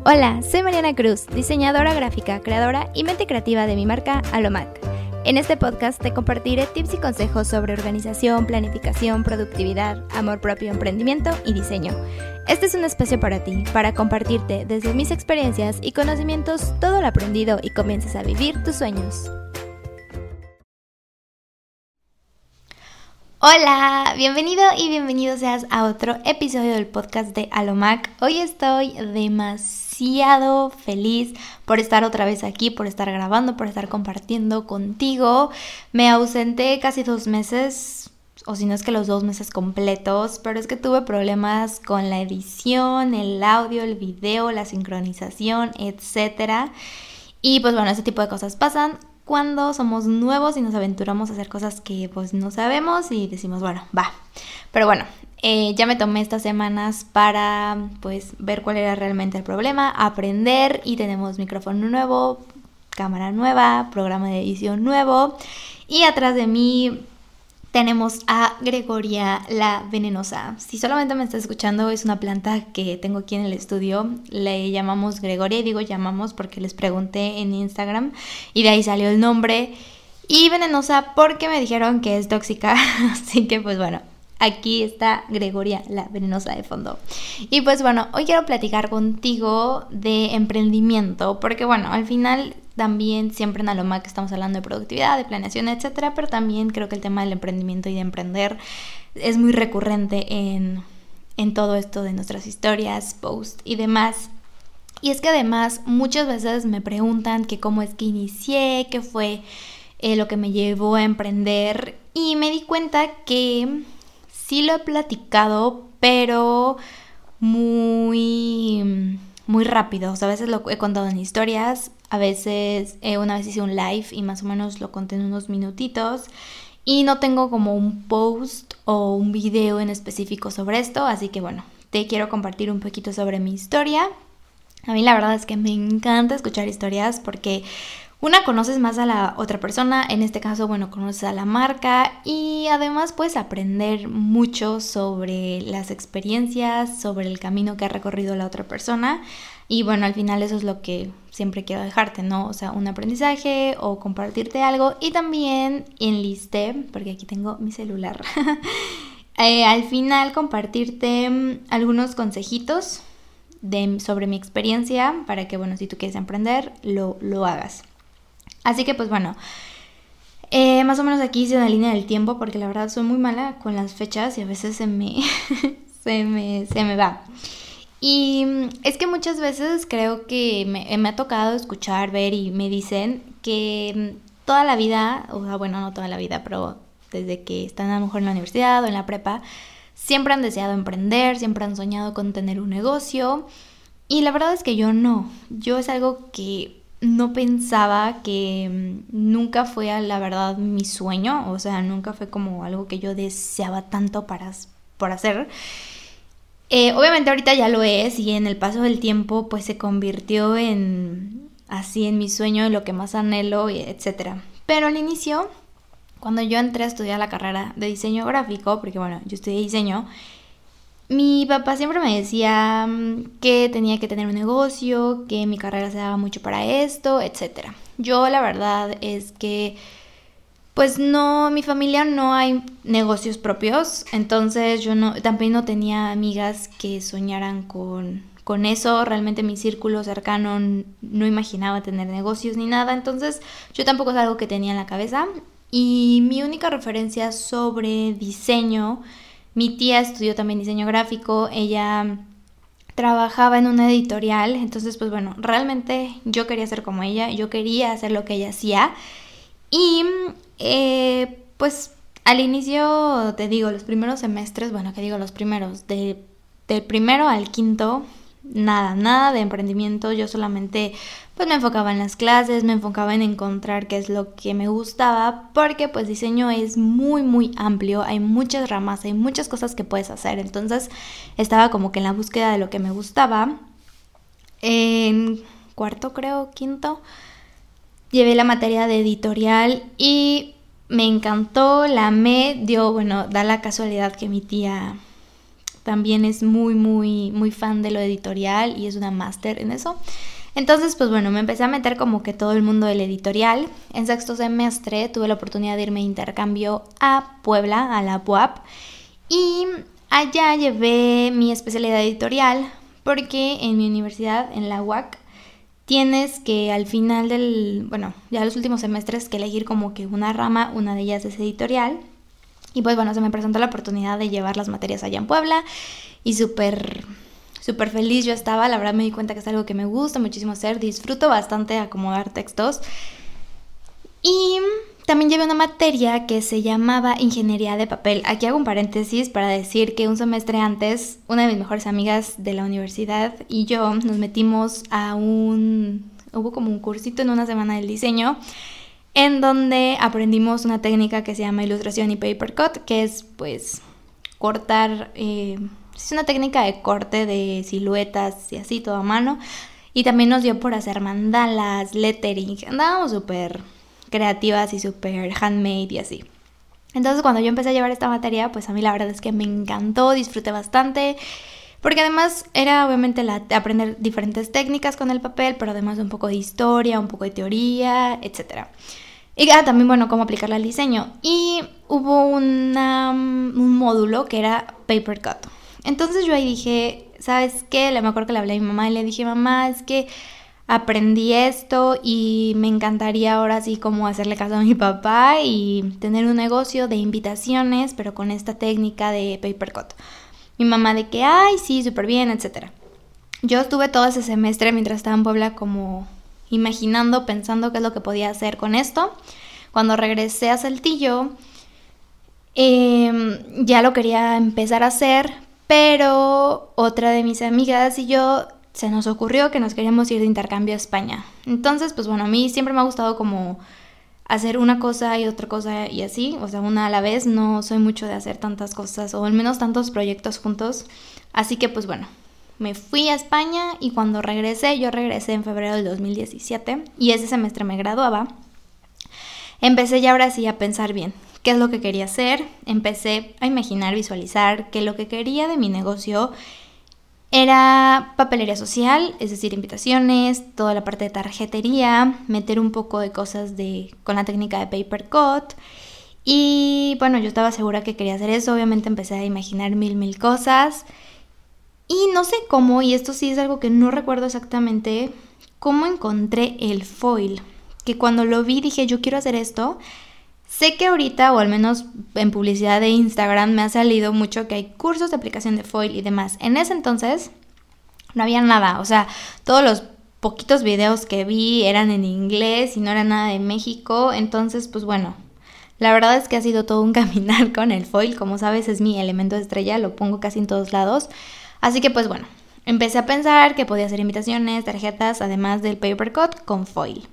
Hola, soy Mariana Cruz, diseñadora gráfica, creadora y mente creativa de mi marca Alomac. En este podcast te compartiré tips y consejos sobre organización, planificación, productividad, amor propio, emprendimiento y diseño. Este es un espacio para ti, para compartirte desde mis experiencias y conocimientos todo lo aprendido y comiences a vivir tus sueños. Hola, bienvenido y bienvenido seas a otro episodio del podcast de Alomac. Hoy estoy demasiado feliz por estar otra vez aquí, por estar grabando, por estar compartiendo contigo. Me ausenté casi 2 meses, o si no es que los 2 meses completos, pero es que tuve problemas con la edición, el audio, el video, la sincronización, etc. Y pues bueno, ese tipo de cosas pasan cuando somos nuevos y nos aventuramos a hacer cosas que pues no sabemos y decimos, bueno, va. Pero bueno, ya me tomé estas semanas para pues ver cuál era realmente el problema, aprender, y tenemos micrófono nuevo, cámara nueva, programa de edición nuevo, y atrás de mí tenemos a Gregoria la venenosa. Si solamente me estás escuchando, es una planta que tengo aquí en el estudio. Le llamamos Gregoria, y digo llamamos porque les pregunté en Instagram y de ahí salió el nombre. Y venenosa porque me dijeron que es tóxica. Así que pues bueno, aquí está Gregoria la venenosa de fondo. Y pues bueno, hoy quiero platicar contigo de emprendimiento, porque bueno, al final también siempre en Alomac estamos hablando de productividad, de planeación, etcétera, pero también creo que el tema del emprendimiento y de emprender es muy recurrente en todo esto de nuestras historias, posts y demás. Y es que además muchas veces me preguntan que cómo es que inicié, qué fue lo que me llevó a emprender, y me di cuenta que sí lo he platicado, pero muy rápido. O sea, a veces lo he contado en historias, a veces una vez hice un live y más o menos lo conté en unos minutitos, y no tengo como un post o un video en específico sobre esto, así que bueno, te quiero compartir un poquito sobre mi historia. A mí la verdad es que me encanta escuchar historias porque una, conoces más a la otra persona, en este caso, bueno, conoces a la marca, y además puedes aprender mucho sobre las experiencias, sobre el camino que ha recorrido la otra persona. Y bueno, al final eso es lo que siempre quiero dejarte, ¿no? O sea, un aprendizaje o compartirte algo, y también enlisté, porque aquí tengo mi celular, al final compartirte algunos consejitos sobre mi experiencia para que, bueno, si tú quieres emprender, lo hagas. Así que pues bueno, más o menos aquí hice una línea del tiempo porque la verdad soy muy mala con las fechas y a veces se me va. Y es que muchas veces creo que me ha tocado escuchar, ver, y me dicen que toda la vida, o sea, bueno, no toda la vida, pero desde que están a lo mejor en la universidad o en la prepa, siempre han deseado emprender, siempre han soñado con tener un negocio. Y la verdad es que yo no. Yo es algo que no pensaba, que nunca fue la verdad mi sueño, o sea, nunca fue como algo que yo deseaba tanto por hacer. Obviamente ahorita ya lo es, y en el paso del tiempo pues se convirtió en mi sueño, en lo que más anhelo, etcétera. Pero al inicio, cuando yo entré a estudiar la carrera de diseño gráfico, porque bueno, yo estudié diseño, mi papá siempre me decía que tenía que tener un negocio, que mi carrera se daba mucho para esto, etc. Yo la verdad es que pues no, mi familia no hay negocios propios, entonces yo también no tenía amigas que soñaran con eso. Realmente mi círculo cercano no imaginaba tener negocios ni nada, entonces yo tampoco es algo que tenía en la cabeza. Y mi única referencia sobre diseño, mi tía estudió también diseño gráfico, ella trabajaba en una editorial, entonces pues bueno, realmente yo quería ser como ella, yo quería hacer lo que ella hacía. Y pues al inicio, te digo, los primeros semestres, bueno, que digo los primeros, del primero al quinto, nada de emprendimiento. Yo solamente pues me enfocaba en las clases, me enfocaba en encontrar qué es lo que me gustaba, porque pues diseño es muy amplio, hay muchas ramas, hay muchas cosas que puedes hacer. Entonces estaba como que en la búsqueda de lo que me gustaba. En cuarto, creo, quinto, llevé la materia de editorial y me encantó, la amé. Da la casualidad que mi tía también es muy fan de lo editorial y es una máster en eso. Entonces, pues bueno, me empecé a meter como que todo el mundo del editorial. En sexto semestre tuve la oportunidad de irme de intercambio a Puebla, a la UAP, y allá llevé mi especialidad editorial porque en mi universidad, en la UAC, tienes que al final ya los últimos semestres que elegir como que una rama, una de ellas es editorial. Y pues bueno, se me presentó la oportunidad de llevar las materias allá en Puebla y súper feliz yo estaba. La verdad me di cuenta que es algo que me gusta muchísimo hacer, disfruto bastante acomodar textos. Y también llevé una materia que se llamaba Ingeniería de Papel. Aquí hago un paréntesis para decir que un semestre antes, una de mis mejores amigas de la universidad y yo nos metimos hubo como un cursito en una semana del diseño, en donde aprendimos una técnica que se llama ilustración y paper cut, que es pues cortar, es una técnica de corte de siluetas y así, todo a mano. Y también nos dio por hacer mandalas, lettering, andábamos súper creativas y súper handmade y así. Entonces cuando yo empecé a llevar esta materia, pues a mí la verdad es que me encantó, disfruté bastante, porque además era obviamente aprender diferentes técnicas con el papel, pero además un poco de historia, un poco de teoría, etc. Y también, bueno, cómo aplicarla al diseño. Y hubo un módulo que era paper cut. Entonces yo ahí dije, ¿sabes qué? Me acuerdo que le hablé a mi mamá y le dije, mamá, es que aprendí esto y me encantaría ahora sí como hacerle caso a mi papá y tener un negocio de invitaciones, pero con esta técnica de paper cut. Mi mamá de que, ay, sí, súper bien, etc. Yo estuve todo ese semestre mientras estaba en Puebla como imaginando, pensando qué es lo que podía hacer con esto. Cuando regresé a Saltillo, ya lo quería empezar a hacer, pero otra de mis amigas y yo se nos ocurrió que nos queríamos ir de intercambio a España. Entonces, pues bueno, a mí siempre me ha gustado como hacer una cosa y otra cosa y así, o sea, una a la vez. No soy mucho de hacer tantas cosas o al menos tantos proyectos juntos. Así que pues bueno, me fui a España y cuando yo regresé en febrero del 2017 y ese semestre me graduaba. Empecé ya ahora sí a pensar bien qué es lo que quería hacer. Empecé a imaginar, visualizar que lo que quería de mi negocio era papelería social, es decir, invitaciones, toda la parte de tarjetería, meter un poco de cosas con la técnica de paper cut. Y bueno, yo estaba segura que quería hacer eso. Obviamente empecé a imaginar mil cosas. Y no sé cómo, y esto sí es algo que no recuerdo exactamente, cómo encontré el foil. Que cuando lo vi dije, yo quiero hacer esto. Sé que ahorita, o al menos en publicidad de Instagram, me ha salido mucho que hay cursos de aplicación de foil y demás. En ese entonces no había nada, o sea, todos los poquitos videos que vi eran en inglés y no era nada de México. Entonces, pues bueno, la verdad es que ha sido todo un caminar con el foil. Como sabes, es mi elemento estrella, lo pongo casi en todos lados. Así que pues bueno, empecé a pensar que podía hacer invitaciones, tarjetas, además del paper cut con foil.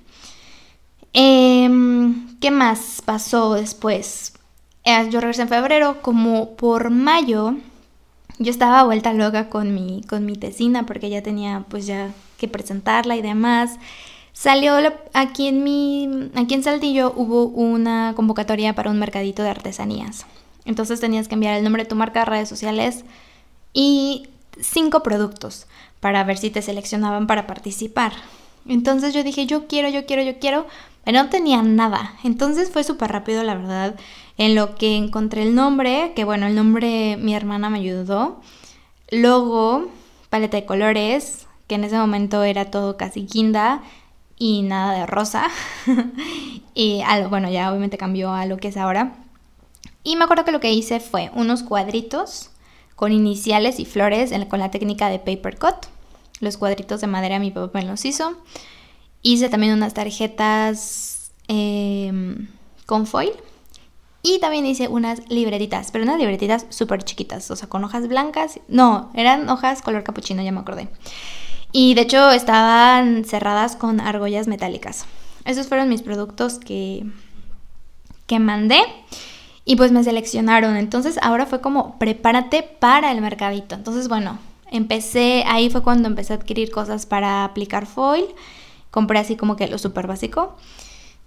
¿Qué más pasó después? Yo regresé en febrero, como por mayo yo estaba vuelta loca con mi tesina porque ya tenía pues ya que presentarla y demás. Salió aquí en Saltillo hubo una convocatoria para un mercadito de artesanías. Entonces tenías que enviar el nombre de tu marca, redes sociales y 5 productos para ver si te seleccionaban para participar. Entonces yo dije, yo quiero, pero no tenía nada. Entonces fue súper rápido, la verdad, en lo que encontré el nombre, que bueno, el nombre mi hermana me ayudó. Logo, paleta de colores, que en ese momento era todo casi guinda y nada de rosa. Y bueno, ya obviamente cambió a lo que es ahora. Y me acuerdo que lo que hice fue unos cuadritos con iniciales y flores con la técnica de paper cut. Los cuadritos de madera mi papá me los hizo. Hice también unas tarjetas con foil. Y también hice unas libretitas, pero unas libretitas súper chiquitas, o sea, con hojas blancas. No, eran hojas color capuchino, ya me acordé. Y de hecho estaban cerradas con argollas metálicas. Esos fueron mis productos que mandé. Y pues me seleccionaron. Entonces ahora fue como, prepárate para el mercadito. Entonces bueno, ahí fue cuando empecé a adquirir cosas para aplicar foil. Compré así como que lo súper básico.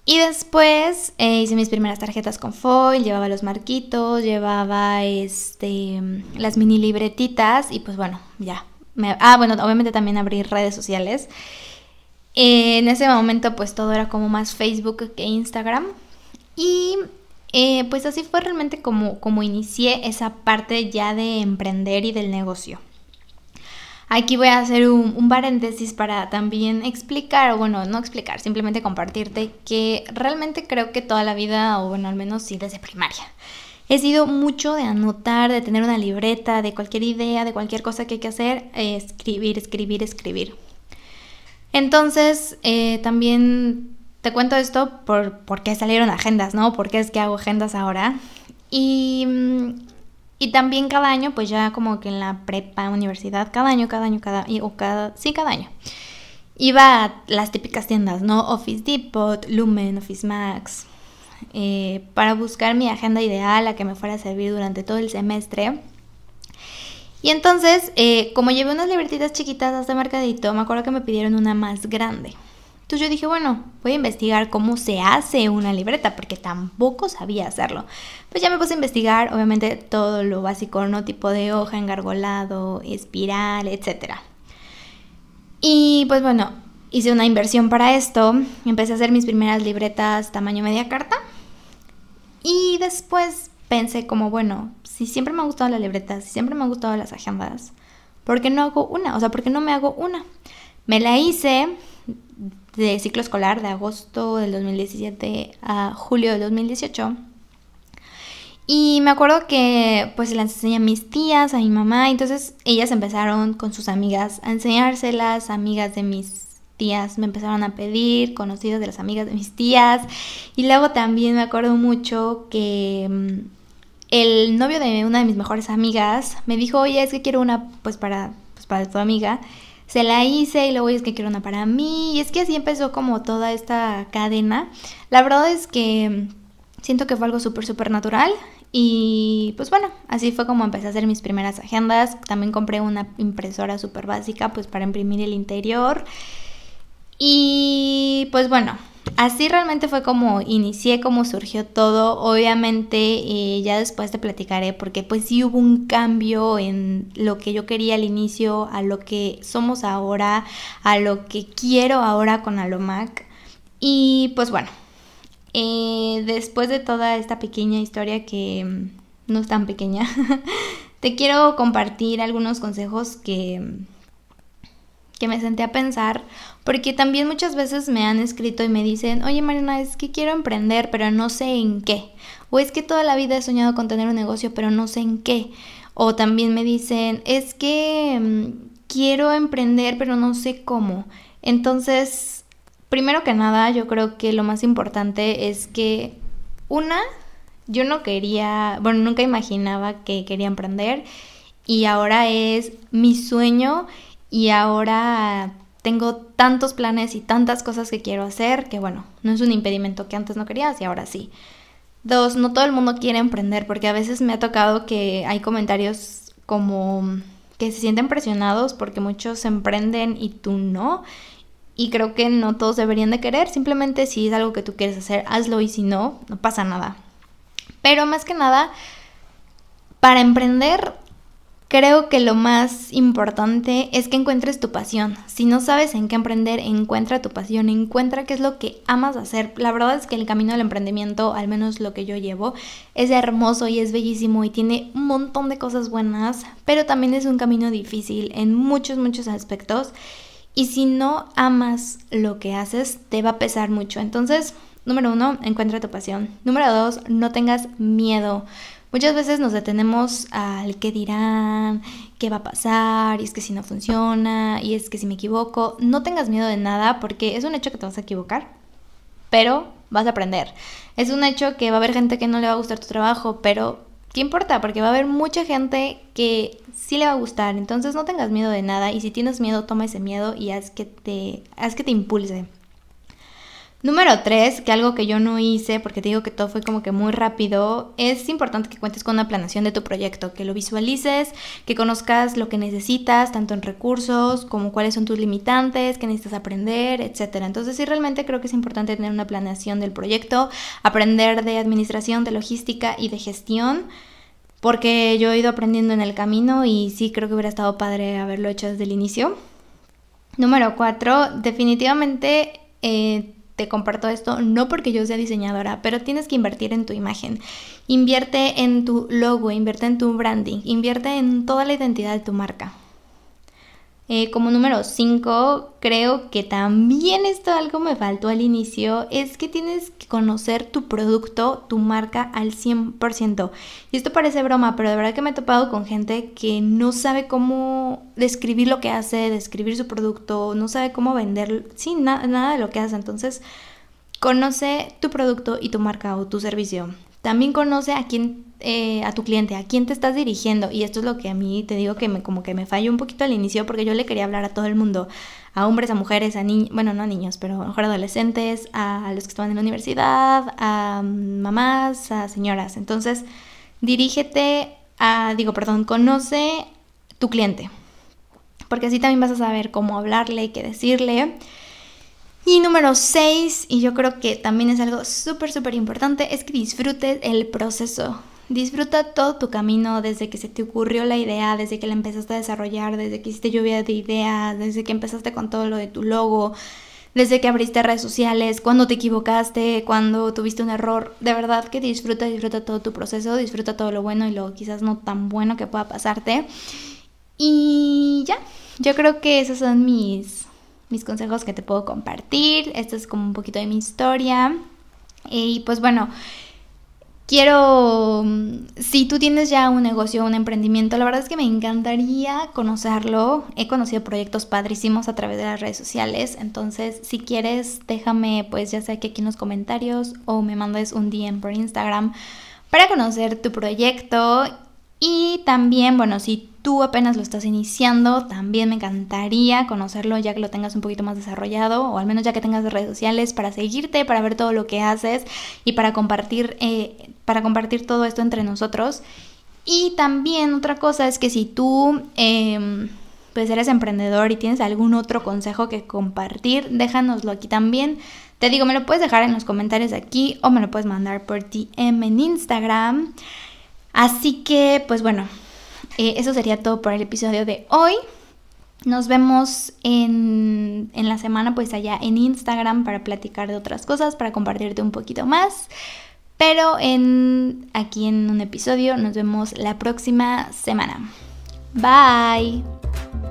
Y después hice mis primeras tarjetas con foil, llevaba los marquitos, llevaba las mini libretitas y pues bueno, ya. Bueno, obviamente también abrí redes sociales. En ese momento pues todo era como más Facebook que Instagram. Y pues así fue realmente como inicié esa parte ya de emprender y del negocio. Aquí voy a hacer un paréntesis para también explicar, o bueno, no explicar, simplemente compartirte que realmente creo que toda la vida, o bueno, al menos sí desde primaria, he sido mucho de anotar, de tener una libreta, de cualquier idea, de cualquier cosa que hay que hacer, escribir. Entonces, también te cuento esto por qué salieron agendas, ¿no? ¿Por qué es que hago agendas ahora? Y también cada año, pues ya como que en la prepa, universidad, cada año, iba a las típicas tiendas, ¿no? Office Depot, Lumen, Office Max, para buscar mi agenda ideal, a que me fuera a servir durante todo el semestre. Y entonces, como llevé unas libretitas chiquitas hasta mercadito, me acuerdo que me pidieron una más grande. Entonces yo dije, bueno, voy a investigar cómo se hace una libreta, porque tampoco sabía hacerlo. Pues ya me puse a investigar, obviamente, todo lo básico, ¿no? Tipo de hoja, engargolado, espiral, etc. Y pues bueno, hice una inversión para esto. Empecé a hacer mis primeras libretas tamaño media carta. Y después pensé como, bueno, si siempre me han gustado las libretas, si siempre me han gustado las agendas, ¿por qué no hago una? O sea, ¿por qué no me hago una? Me la hice de ciclo escolar de agosto del 2017 a julio del 2018. Y me acuerdo que pues se las enseñé a mis tías, a mi mamá. Entonces ellas empezaron con sus amigas a enseñárselas. Amigas de mis tías me empezaron a pedir, conocidos de las amigas de mis tías. Y luego también me acuerdo mucho que el novio de una de mis mejores amigas me dijo, oye, es que quiero una pues para tu amiga. Se la hice y luego es que quiero una para mí. Y es que así empezó como toda esta cadena. La verdad es que siento que fue algo súper natural. Y pues bueno, así fue como empecé a hacer mis primeras agendas. También compré una impresora súper básica pues para imprimir el interior. Y pues bueno, así realmente fue como inicié, como surgió todo. Obviamente ya después te platicaré porque pues sí hubo un cambio en lo que yo quería al inicio, a lo que somos ahora, a lo que quiero ahora con Alomac. Y pues bueno, después de toda esta pequeña historia que no es tan pequeña, te quiero compartir algunos consejos que me senté a pensar, porque también muchas veces me han escrito y me dicen, oye Mariana, es que quiero emprender, pero no sé en qué, o es que toda la vida he soñado con tener un negocio, pero no sé en qué, o también me dicen, es que quiero emprender, pero no sé cómo. Entonces, primero que nada, yo creo que lo más importante es que, yo no quería, bueno, nunca imaginaba que quería emprender, y ahora es mi sueño. Y ahora tengo tantos planes y tantas cosas que quiero hacer que bueno, no es un impedimento que antes no querías y ahora sí. 2, no todo el mundo quiere emprender porque a veces me ha tocado que hay comentarios como que se sienten presionados porque muchos emprenden y tú no. Y creo que no todos deberían de querer, simplemente si es algo que tú quieres hacer, hazlo y si no, no pasa nada. Pero más que nada, para emprender creo que lo más importante es que encuentres tu pasión. Si no sabes en qué emprender, encuentra tu pasión, encuentra qué es lo que amas hacer. La verdad es que el camino del emprendimiento, al menos lo que yo llevo, es hermoso y es bellísimo y tiene un montón de cosas buenas, pero también es un camino difícil en muchos aspectos. Y si no amas lo que haces, te va a pesar mucho. Entonces, número 1, encuentra tu pasión. Número 2, no tengas miedo. Muchas veces nos detenemos al qué dirán, qué va a pasar, y es que si no funciona, y es que si me equivoco. No tengas miedo de nada porque es un hecho que te vas a equivocar, pero vas a aprender. Es un hecho que va a haber gente que no le va a gustar tu trabajo, pero ¿qué importa? Porque va a haber mucha gente que sí le va a gustar. Entonces no tengas miedo de nada y si tienes miedo, toma ese miedo y haz que te impulse. Número 3, que algo que yo no hice, porque te digo que todo fue como que muy rápido, es importante que cuentes con una planeación de tu proyecto, que lo visualices, que conozcas lo que necesitas, tanto en recursos, como cuáles son tus limitantes, qué necesitas aprender, etcétera. Entonces sí, realmente creo que es importante tener una planeación del proyecto, aprender de administración, de logística y de gestión, porque yo he ido aprendiendo en el camino y sí creo que hubiera estado padre haberlo hecho desde el inicio. Número 4, definitivamente te comparto esto no porque yo sea diseñadora, pero tienes que invertir en tu imagen. Invierte en tu logo, invierte en tu branding, invierte en toda la identidad de tu marca. Como número 5, creo que también esto algo me faltó al inicio, es que tienes que conocer tu producto, tu marca al 100%. Y esto parece broma, pero de verdad que me he topado con gente que no sabe cómo describir lo que hace, describir su producto, no sabe cómo vender, sí, nada de lo que hace. Entonces, conoce tu producto y tu marca o tu servicio. También conoce a quién, a tu cliente, a quién te estás dirigiendo. Y esto es lo que a mí te digo que como que me falló un poquito al inicio, porque yo le quería hablar a todo el mundo, a hombres, a mujeres, a niños, bueno, no a niños, pero a lo mejor adolescentes, a los que estaban en la universidad, a mamás, a señoras. Entonces, conoce tu cliente, porque así también vas a saber cómo hablarle, qué decirle. Y número 6, y yo creo que también es algo súper, súper importante, es que disfrutes el proceso. Disfruta todo tu camino, desde que se te ocurrió la idea, desde que la empezaste a desarrollar, desde que hiciste lluvia de ideas, desde que empezaste con todo lo de tu logo, desde que abriste redes sociales, cuando te equivocaste, cuando tuviste un error. De verdad que disfruta todo tu proceso, disfruta todo lo bueno y lo quizás no tan bueno que pueda pasarte. Y ya, yo creo que esos son mis consejos que te puedo compartir. Esto es como un poquito de mi historia. Y pues bueno, si tú tienes ya un negocio, un emprendimiento, la verdad es que me encantaría conocerlo. He conocido proyectos padrísimos a través de las redes sociales. Entonces, si quieres, déjame pues ya sea que aquí en los comentarios o me mandes un DM por Instagram para conocer tu proyecto. Y también, bueno, si tú apenas lo estás iniciando, también me encantaría conocerlo ya que lo tengas un poquito más desarrollado, o al menos ya que tengas redes sociales para seguirte, para ver todo lo que haces y para compartir todo esto entre nosotros. Y también otra cosa es que si tú pues eres emprendedor y tienes algún otro consejo que compartir, déjanoslo aquí también. Te digo, me lo puedes dejar en los comentarios aquí o me lo puedes mandar por DM en Instagram. Así que, pues bueno, eso sería todo por el episodio de hoy. Nos vemos en la semana, pues allá en Instagram para platicar de otras cosas, para compartirte un poquito más. Pero aquí en un episodio nos vemos la próxima semana. Bye.